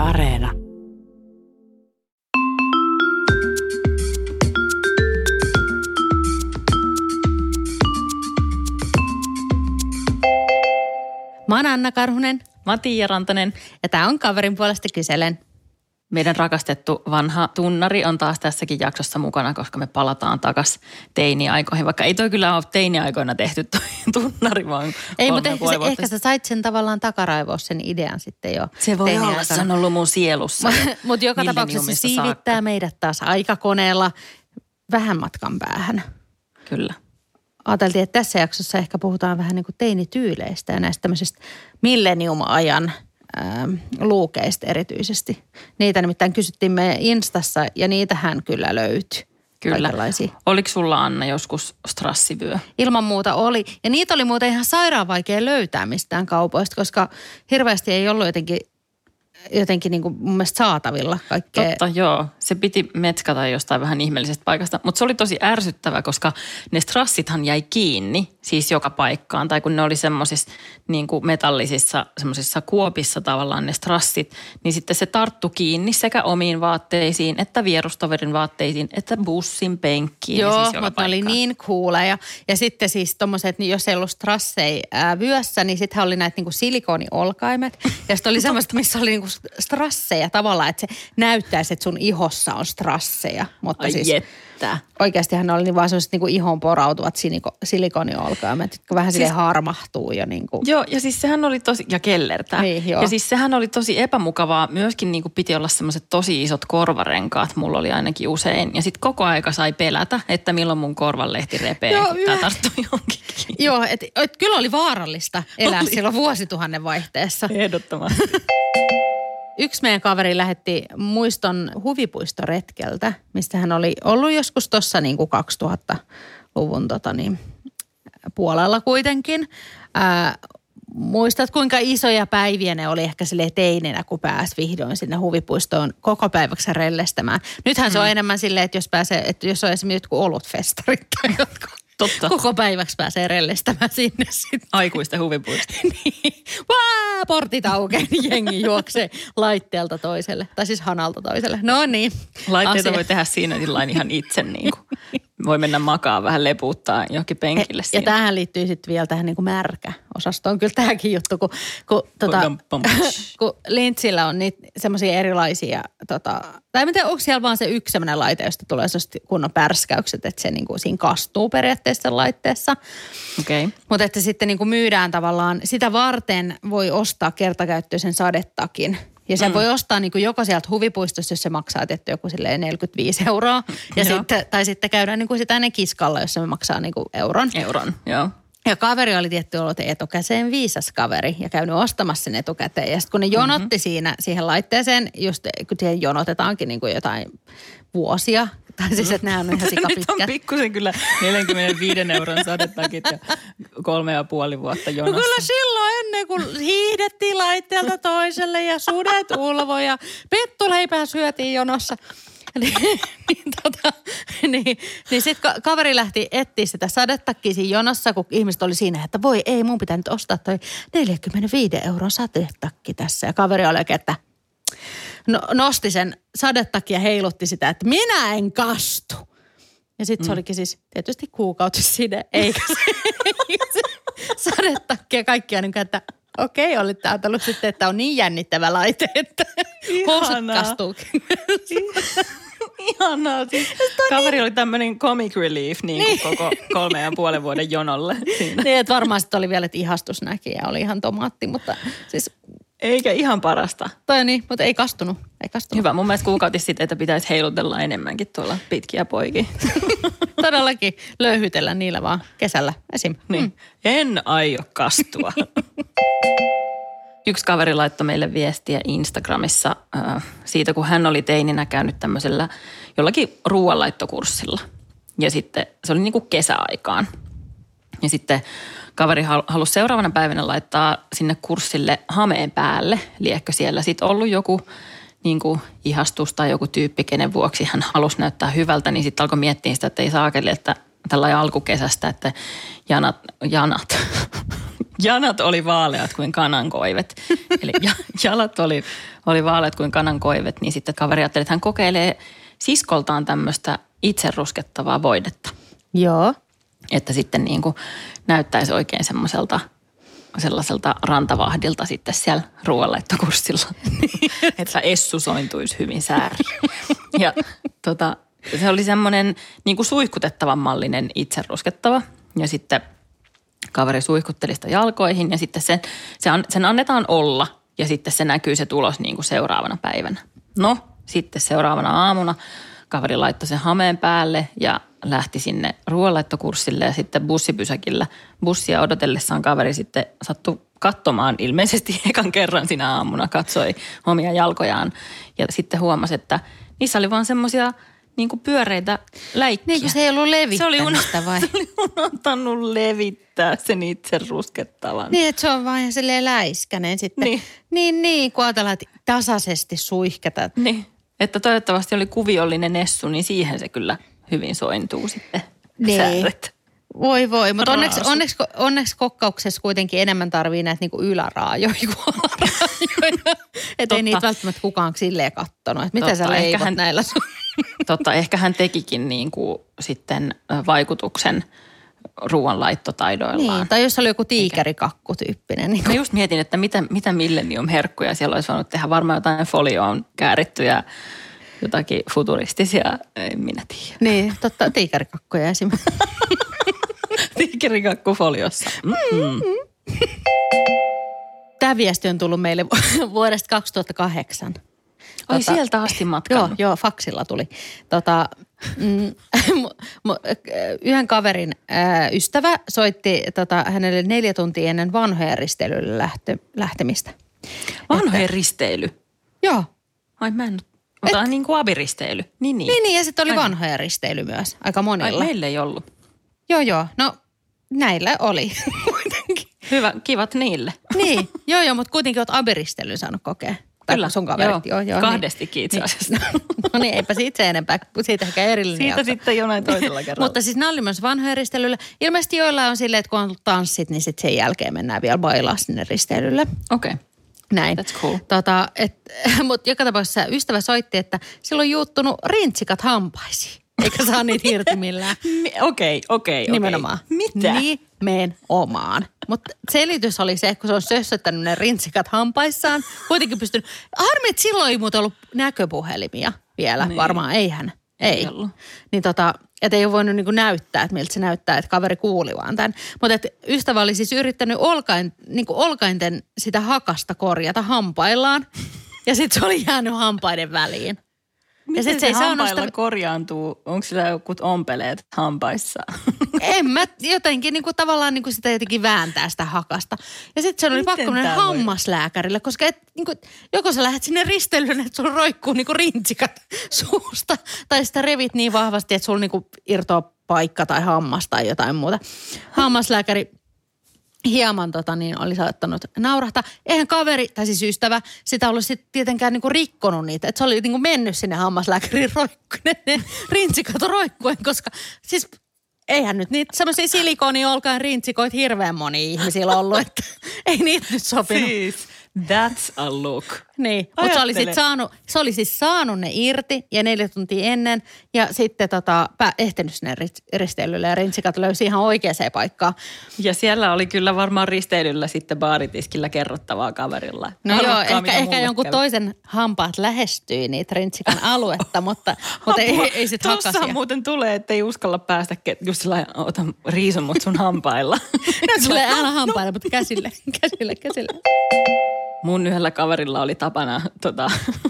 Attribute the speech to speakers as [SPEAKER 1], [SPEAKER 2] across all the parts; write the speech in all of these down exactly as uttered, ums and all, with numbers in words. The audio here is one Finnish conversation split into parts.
[SPEAKER 1] Areena.
[SPEAKER 2] Mä oon Anna Karhunen.
[SPEAKER 3] Mä oon Tiia Rantanen.
[SPEAKER 2] Ja tää on Kaverin puolesta kyselen.
[SPEAKER 3] Meidän rakastettu vanha tunnari on taas tässäkin jaksossa mukana, koska me palataan takas teiniaikoihin. Vaikka ei toi kyllä ole teiniaikoina tehty toi tunnari, vaan
[SPEAKER 2] Ei, mutta ehkä, se, ehkä sä sait sen tavallaan takaraivoa sen idean sitten jo.
[SPEAKER 3] Se voi olla, se on ollut mun sielussa.
[SPEAKER 2] Mutta joka tapauksessa se siivittää saakka. Meidät taas aikakoneella vähän matkan päähän.
[SPEAKER 3] Kyllä.
[SPEAKER 2] Ajateltiin, että tässä jaksossa ehkä puhutaan vähän niin kuin teinityyleistä ja näistä tämmöisistä millennium-ajan ää, luukeista erityisesti. Niitä nimittäin kysyttiin me Instassa ja niitähän kyllä löytyi.
[SPEAKER 3] Kyllä. Oliko sulla, Anna, joskus strassivyö?
[SPEAKER 2] Ilman muuta oli. Ja niitä oli muuten ihan sairaan vaikea löytää mistään kaupoista, koska hirveästi ei ollut jotenkin, jotenkin niin kuin mun mielestä saatavilla kaikkea.
[SPEAKER 3] Totta, joo. Se piti metskata jostain vähän ihmeellisestä paikasta. Mutta se oli tosi ärsyttävä, koska ne strassithan jäi kiinni siis joka paikkaan. Tai kun ne oli semmoisissa niin kuin metallisissa semmoisissa kuopissa tavallaan ne strassit, niin sitten se tarttu kiinni sekä omiin vaatteisiin, että vierustoverin vaatteisiin, että bussin penkkiin.
[SPEAKER 2] Joo,
[SPEAKER 3] siis
[SPEAKER 2] mutta ne oli niin cooleja. Ja sitten siis tommoset, jos ei ollut strasseja ää, vyössä, niin sittenhän oli näitä niinku silikoniolkaimet. Ja sitten oli semmoista, missä oli niinku strasseja tavallaan, että se näyttäisi, että sun ihossa on strasseja. Mutta
[SPEAKER 3] ai
[SPEAKER 2] siis
[SPEAKER 3] jettä.
[SPEAKER 2] Oikeastihan ne oli niin vaan sellaiset niinku ihon porautuvat siniko, silikoniolkaimet, jotka vähän siis, silleen harmahtuu jo niinku.
[SPEAKER 3] Joo, ja siis sehän oli tosi, ja kellertää.
[SPEAKER 2] Niin, joo.
[SPEAKER 3] Ja siis sehän oli tosi epämukavaa. Myöskin niinku piti olla semmoiset tosi isot korvarenkaat, mulla oli ainakin usein. Ja sitten koko aika sai pelätä, että milloin mun korvanlehti repee, joo, kun tää tarttuu johonkin.
[SPEAKER 2] Joo, että et, kyllä oli vaarallista elää oli. Silloin vuosituhannen vaihteessa.
[SPEAKER 3] Ehdottomasti.
[SPEAKER 2] Yksi meidän kaveri lähetti muiston huvipuistoretkeltä, mistä hän oli ollut joskus tuossa niin kuin kaksituhattaluvun tota niin, puolella kuitenkin. Ää, muistat, kuinka isoja päiviä ne oli ehkä silleen teinenä, kun pääsi vihdoin sinne huvipuistoon koko päiväksi rellestämään. Nythän mm. se on enemmän silleen, että jos pääsee, että jos on esimerkiksi jotkut olutfestarit tai jotkut.
[SPEAKER 3] Totta.
[SPEAKER 2] Koko päiväksi pääsee rellestämään sinne sitten.
[SPEAKER 3] Aikuisten huvipuisto.
[SPEAKER 2] Niin. Vaa, portit aukeaa, jengi juoksee laitteelta toiselle. Tai siis hanalta toiselle. No niin.
[SPEAKER 3] Laitteita asia voi tehdä siinä ihan itse niin kuin. Voi mennä makaa vähän lepuuttaa johonkin penkille
[SPEAKER 2] ja,
[SPEAKER 3] siinä.
[SPEAKER 2] Ja tähän liittyy sitten vielä tähän niin kuin märkä-osastoon. Kyllä tämäkin juttu, kun, kun, tota, kun Lintsillä on niitä semmoisia erilaisia, tota, tai en tiedä, onko siellä vaan se yksi semmoinen laite, josta tulee kunnon pärskäykset, että se niin kuin siinä kastuu periaatteessa laitteessa.
[SPEAKER 3] Okei. Okay.
[SPEAKER 2] Mutta että sitten niin kuin myydään tavallaan, sitä varten voi ostaa kertakäyttöisen sadetakin. Ja sen mm. voi ostaa niin kuin joko sieltä huvipuistossa, jos se maksaa tietty joku silleen neljäkymmentäviisi euroa. Ja sitten, tai sitten käydään niin kuin sitä ennen kiskalla, jos se maksaa niin kuin euron.
[SPEAKER 3] Euron, joo.
[SPEAKER 2] Ja kaveri oli tietty ollut etukäteen viisas kaveri ja käynyt ostamassa sen etukäteen. Ja sitten kun ne jonotti mm-hmm. siinä siihen laitteeseen, just kun siihen jonotetaankin niin kuin jotain vuosia. Tai siis, että nämä on ihan sikapitkät.
[SPEAKER 3] Nyt on pikkusen kyllä neljänkymmenenviiden euron sadetakit ja kolme ja puoli vuotta jonossa.
[SPEAKER 2] No kyllä silloin ennen kuin hiihdettiin laitteelta toiselle ja sudet ulvoi ja pettuleipää syötiin jonossa. niin, niin, tota, niin, niin sitten kaveri lähti etsiä sitä sadetakkia siinä jonossa, kun ihmiset oli siinä, että voi ei, mun pitää nyt ostaa toi neljäkymmentäviisi euron sadetakki tässä. Ja kaveri oli oikein, että no, nosti sen sadetakki ja heilutti sitä, että minä en kastu. Ja sitten mm. se olikin siis tietysti kuukautiside, eikä se, se sadetakki ja kaikkia niin kuin, että okei, olitte ajatellut sitten, että on niin jännittävä laite, että housut kastuukin.
[SPEAKER 3] Ihanaa. Siis kaveri oli tämmöinen comic relief niin kuin niin. Koko kolme ja puolen vuoden jonolle siinä.
[SPEAKER 2] Niin, että varmaan sitten oli vielä, että ihastus näki ja oli ihan tomaatti, mutta siis
[SPEAKER 3] eikä ihan parasta.
[SPEAKER 2] Toi niin, mutta ei kastunut. Ei kastunut.
[SPEAKER 3] Hyvä. Mun mielestä kuukautis sitten, että pitäisi heilutella enemmänkin tuolla pitkiä poikia.
[SPEAKER 2] Todellakin löyhytellä niillä vaan kesällä esim.
[SPEAKER 3] Niin. Mm. En aio kastua. Yksi kaveri laittoi meille viestiä Instagramissa äh, siitä, kun hän oli teininä käynyt tämmöisellä jollakin ruoanlaittokurssilla. Ja sitten se oli niin kuin kesäaikaan. Ja sitten kaveri halusi seuraavana päivänä laittaa sinne kurssille hameen päälle. Liekö siellä sitten ollut joku niin kuin ihastus tai joku tyyppi, kenen vuoksi hän halusi näyttää hyvältä, niin sitten alkoi miettiä sitä, että ei saakeli, että tällainen alkukesästä, että janat, janat, janat oli vaaleat kuin kanankoivet. Eli jalat oli, oli vaaleat kuin kanankoivet, niin sitten kaveri ajatteli, että hän kokeilee siskoltaan tämmöistä itse ruskettavaa voidetta.
[SPEAKER 2] Joo.
[SPEAKER 3] Että sitten niin kuin näyttäisi oikein semmoiselta sellaiselta rantavahdilta sitten siellä ruoanlaittokurssilla. Että essu sointuisi hyvin sääri. Ja tota, se oli semmoinen niin kuin suihkutettavan mallinen itse ruskettava. Ja sitten kaveri suihkutteli sitä jalkoihin ja sitten sen, sen annetaan olla ja sitten se näkyy se tulos niin kuin seuraavana päivänä. No, sitten seuraavana aamuna kaveri laittoi sen hameen päälle ja lähti sinne ruoanlaittokurssille ja sitten bussipysäkillä bussia odotellessaan kaveri sitten sattui katsomaan ilmeisesti ekan kerran sinä aamuna, katsoi omia jalkojaan ja sitten huomasi, että niissä oli vaan semmoisia niin kuin pyöreitä läikkiä.
[SPEAKER 2] Niin kuin se ei ollut levittänyt sitä vai?
[SPEAKER 3] Se oli unohtanut levittää sen itse ruskettavan.
[SPEAKER 2] Niin, että se on vaan ihan silleen läiskäinen sitten. Niin, niin, niin kun ajatellaan, että tasaisesti suihkata.
[SPEAKER 3] Niin, että toivottavasti oli kuviollinen essu, niin siihen se kyllä hyvin sointuu sitten
[SPEAKER 2] niin.
[SPEAKER 3] Sääret.
[SPEAKER 2] Voi voi, mutta onneksi, onneksi, onneksi kokkauksessa kuitenkin enemmän tarvii näitä niinku yläraajoja kuin alaraajoja. Että ei niitä välttämättä kukaan silleen kattonut, että mitä sä leivot hän, näillä.
[SPEAKER 3] Totta, ehkä hän tekikin niin kuin sitten vaikutuksen ruoanlaittotaidoillaan.
[SPEAKER 2] Niin, tai jos oli joku tiikerikakku-tyyppinen. Niin
[SPEAKER 3] mä just mietin, että mitä, mitä Millennium-herkkuja siellä olisi voinut tehdä. Varmaan jotain folioon käärittyjä, jotakin futuristisia, en minä tiedä.
[SPEAKER 2] Niin, totta, tiikerikakkuja esimerkiksi.
[SPEAKER 3] Tiikerikakku foliossa. Mm-hmm.
[SPEAKER 2] Tämä viesti on tullut meille vuodesta kaksituhattakahdeksan.
[SPEAKER 3] Ai tota, sieltä asti matkannut.
[SPEAKER 2] Joo, joo, faksilla tuli. Tota, mm, yhden kaverin ää, ystävä soitti tota, hänelle neljä tuntia ennen vanhojen risteilylle lähtö, lähtemistä.
[SPEAKER 3] Vanhojen että, risteily?
[SPEAKER 2] Joo.
[SPEAKER 3] Ai mä en Mutta Et, niin kuin abiristeily. Niin, niin.
[SPEAKER 2] Niin, niin ja sitten oli Aivan. vanhoja risteily myös, aika monilla.
[SPEAKER 3] Ai, meillä ei ollut.
[SPEAKER 2] Joo, joo. No, näillä oli kuitenkin.
[SPEAKER 3] Hyvä, kivat niille.
[SPEAKER 2] Niin, joo, joo, mutta kuitenkin olet abiristeilyn saanut kokea.
[SPEAKER 3] Kyllä,
[SPEAKER 2] sun kaverit, joo. joo, joo
[SPEAKER 3] kahdestikin
[SPEAKER 2] niin,
[SPEAKER 3] itse asiassa.
[SPEAKER 2] No niin, eipä siitä se enempää, siitä ehkä erillinen
[SPEAKER 3] Siitä
[SPEAKER 2] jakso.
[SPEAKER 3] sitten jonain toisella kerralla.
[SPEAKER 2] Mutta siis nämä oli myös vanhoja risteilyllä. Ilmeisesti joilla on silleen, että kun on tanssit, niin sitten sen jälkeen mennään vielä bailaa sinne risteilylle.
[SPEAKER 3] Okei. Okay.
[SPEAKER 2] Näin.
[SPEAKER 3] That's cool.
[SPEAKER 2] Tota, mutta joka tapauksessa ystävä soitti, että silloin on juuttunut rintsikat hampaisiin. Eikä saa niitä irti millään.
[SPEAKER 3] Okei, okei, okei.
[SPEAKER 2] Nimenomaan.
[SPEAKER 3] Mitä?
[SPEAKER 2] Nimenomaan. Mutta selitys oli se, kun se on sössöttänyt ne rintsikat hampaissaan. Kuitenkin pystynyt. Harmi, että silloin ei muuta ollut näköpuhelimia vielä. Niin. Varmaan eihän. Ei. ei. Niin tota, että ei ole voinut niinku näyttää, että miltä se näyttää, että kaveri kuuli vaan tämän. Mutta ystävä oli siis yrittänyt olkain, niinku olkainten sitä hakasta korjata hampaillaan. Ja sitten se oli jäänyt hampaiden väliin.
[SPEAKER 3] Miten ja se, se ei hampailla sitä korjaantuu? Onko sillä jokut ompeleet hampaissa?
[SPEAKER 2] En mä jotenkin niin kuin, tavallaan niin kuin sitä jotenkin vääntää sitä hakasta. Ja sitten se oli Miten pakko mennä hammaslääkärille, koska et, niin kuin, joko sä lähdet sinne risteilyyn, että sulla roikkuu niin kuin rintsikat suusta. Tai sitä revit niin vahvasti, että sulla niin kuin irtoaa paikka tai hammas tai jotain muuta. Hammaslääkäri hieman tota, niin oli saattanut naurahtaa. Eihän kaveri, tai siis ystävä, sitä ollut sitten tietenkään niinku rikkonut niitä. Että se oli niinku mennyt sinne hammaslääkärin roikkuun, ne rintsikat roikkuen, koska siis eihän nyt niitä semmoisia silikoni-olkain rintsikoita hirveän moni ihmisillä ollut, että ei niitä nyt sopinut.
[SPEAKER 3] Siis, that's a look.
[SPEAKER 2] Niin, mutta se oli sit saanut, se oli siis saanut ne irti ja neljä tuntia ennen ja sitten tota, ehtinyt sinne risteilylle ja rintsikat löysi ihan oikeaan paikkaan.
[SPEAKER 3] Ja siellä oli kyllä varmaan risteilyllä sitten baaritiskillä kerrottavaa kaverilla.
[SPEAKER 2] No joo, ehkä, ehkä jonkun käy. toisen hampaat lähestyi niitä rintsikan aluetta, mutta, mutta ei, ei sit hakasia.
[SPEAKER 3] Tuossa muuten tulee, että ei uskalla päästä, just sillä ota riisun mut sun hampailla.
[SPEAKER 2] No tulee älä hampailla, no. mutta käsille, käsille, käsille.
[SPEAKER 3] Mun yhdellä kaverilla oli tapana tota,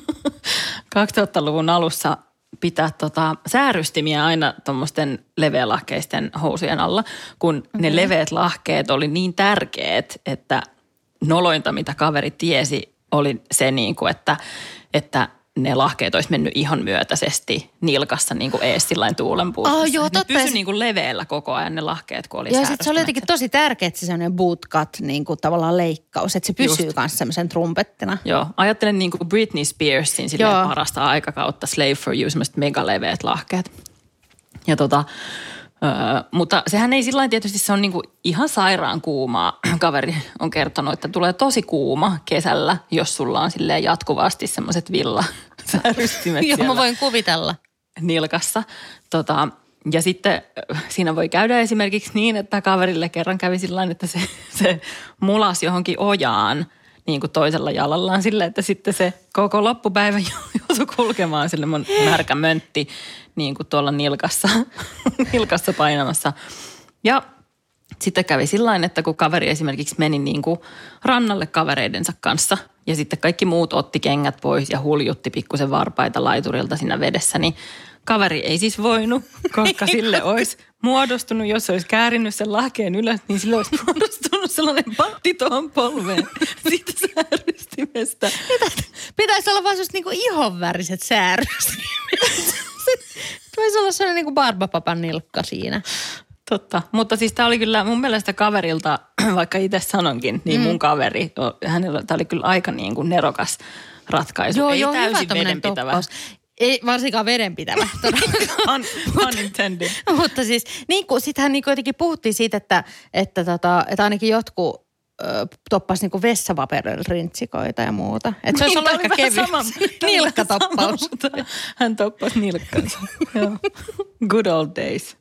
[SPEAKER 3] kaksituhattaluvun alussa pitää tota, säärystimiä aina tuommoisten leveälahkeisten housujen alla, kun mm-hmm. ne leveät lahkeet oli niin tärkeät, että nolointa, mitä kaveri tiesi, oli se, niin kuin, että, että ne lahkeet olisi mennyt ihon myötäisesti nilkassa niin kuin ees sillain tuulenpuuskassa.
[SPEAKER 2] Oh, joo,
[SPEAKER 3] ne pysyi niin kuin leveällä koko ajan ne lahkeet, kun oli
[SPEAKER 2] ja sitten se oli jotenkin tosi tärkeä, että se sellainen bootcut, niin kuin tavallaan leikkaus, että se pysyy kanssa semmoisen trumpettina.
[SPEAKER 3] Joo, ajattelen niin kuin Britney Spearsin silleen parasta aikakautta Slave for You, semmoiset megaleveät lahkeet. Ja tota, Öö, mutta sehän ei sillä tietysti, se on niinku ihan sairaan kuumaa. Kaveri on kertonut, että tulee tosi kuuma kesällä, jos sulla on silleen jatkuvasti semmoiset villasärystimet
[SPEAKER 2] Joo,
[SPEAKER 3] siellä
[SPEAKER 2] mä voin kuvitella.
[SPEAKER 3] nilkassa. Tota, ja sitten siinä voi käydä esimerkiksi niin, että kaverille kerran kävi sillain, että se, se mulas johonkin ojaan niin kuin toisella jalallaan sille, että sitten se koko loppupäivä joutui kulkemaan sille mun märkä möntti niin kuin tuolla nilkassa, nilkassa painamassa. Ja sitten kävi sillain, että kun kaveri esimerkiksi meni niin kuin rannalle kavereidensa kanssa ja sitten kaikki muut otti kengät pois ja huljutti pikkusen varpaita laiturilta siinä vedessä, niin kaveri ei siis voinut, koska sille olisi muodostunut, jos olisi käärinyt sen lahkeen ylös, niin sille olisi muodostunut sellainen patti tuohon polveen siitä säärystimestä.
[SPEAKER 2] Pitäisi olla vaan semmoiset niinku ihonväriset säärystimet. Voisi olla sellainen niinku barbapapan nilkka siinä.
[SPEAKER 3] Totta, mutta siis tämä oli kyllä mun mielestä kaverilta, vaikka itse sanonkin, niin mm. mun kaveri, hänellä tämä oli kyllä aika niin kuin nerokas ratkaisu.
[SPEAKER 2] Joo,
[SPEAKER 3] ei
[SPEAKER 2] joo,
[SPEAKER 3] täysin vedenpitävä.
[SPEAKER 2] Ei varsinkaan vedenpitävä.
[SPEAKER 3] Un, unintended.
[SPEAKER 2] Mutta siis, niin kuin, sitähän niin kuin jotenkin puhuttiin siitä, että, että, tota, että ainakin jotkut ö, toppasi niin kuin vessapaperilla rintsikoita ja muuta. Että se olisi ollut ehkä kevyt nilkkatoppaus.
[SPEAKER 3] Hän toppasi nilkkansa. Good old days.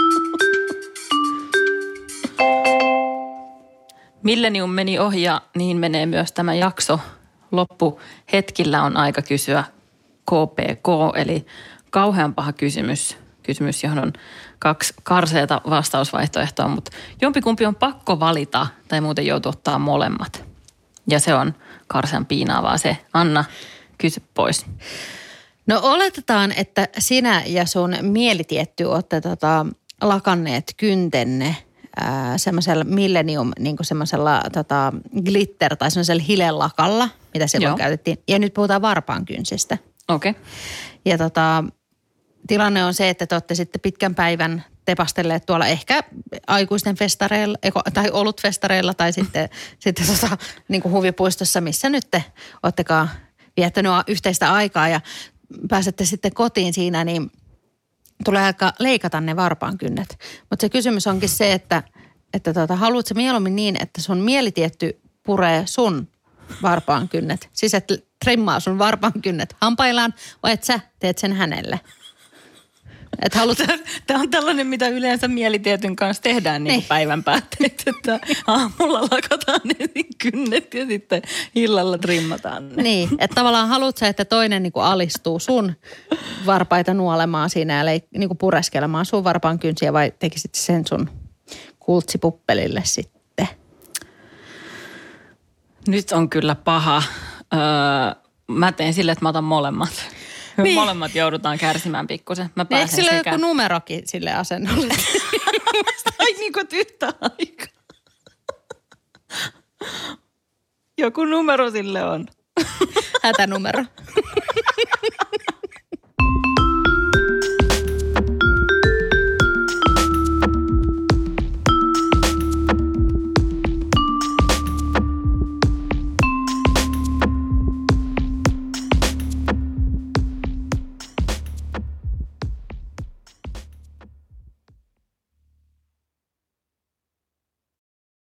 [SPEAKER 3] Millennium meni ohi ja niin menee myös tämä jakso. Loppuhetkillä on aika kysyä K P K, eli kauhean paha kysymys. Kysymys, johon on kaksi karseata vastausvaihtoehtoa, mutta jompikumpi on pakko valita tai muuten joutuu ottaa molemmat. Ja se on karsean piinaavaa se. Anna, kysy pois.
[SPEAKER 2] No oletetaan, että sinä ja sun mielitietty olette tota, lakanneet kyntenne ää, semmoisella millennium, niin kuin semmoisella tota, glitter tai semmoisella hilelakalla, mitä silloin Joo. käytettiin. Ja nyt puhutaan varpaankynsistä.
[SPEAKER 3] Okei. Okay.
[SPEAKER 2] Ja tota, tilanne on se, että te olette sitten pitkän päivän tepastelleet tuolla ehkä aikuisten festareilla tai olutfestareilla tai sitten, sitten tota, niin kuin huvipuistossa, missä nyt te oottekaan viettänyt yhteistä aikaa ja pääsette sitten kotiin siinä, niin tulee aika leikata ne varpaankynnet. Mutta se kysymys onkin se, että, että tota, haluatko mieluummin niin, että sun mielitietty puree sun varpaankynnet? Siis että trimmaa sun varpaankynnet hampaillaan vai että sä teet sen hänelle? Et haluat...
[SPEAKER 3] Tämä on tällainen, mitä yleensä mielitietyn kanssa tehdään niin. Niin päivän päätteeksi, että aamulla lakataan ne kynnet ja sitten illalla trimmataan ne.
[SPEAKER 2] Niin, että tavallaan haluat sä, että toinen niin kuin alistuu sun varpaita nuolemaan siinä ja leik- niin kuin pureskelemaan sun varpaan kynsiä vai tekisit sen sun kultsipuppelille sitten?
[SPEAKER 3] Nyt on kyllä paha. Öö, mä teen sille, että mä otan molemmat. Niin. Molemmat joudutaan kärsimään pikkusen. Mä pääsen
[SPEAKER 2] eikö sillä
[SPEAKER 3] sekä...
[SPEAKER 2] joku numerokin sille asennolle?
[SPEAKER 3] Ai niin kuin yhtä aikaa. Joku numero sille on.
[SPEAKER 2] Hätänumero.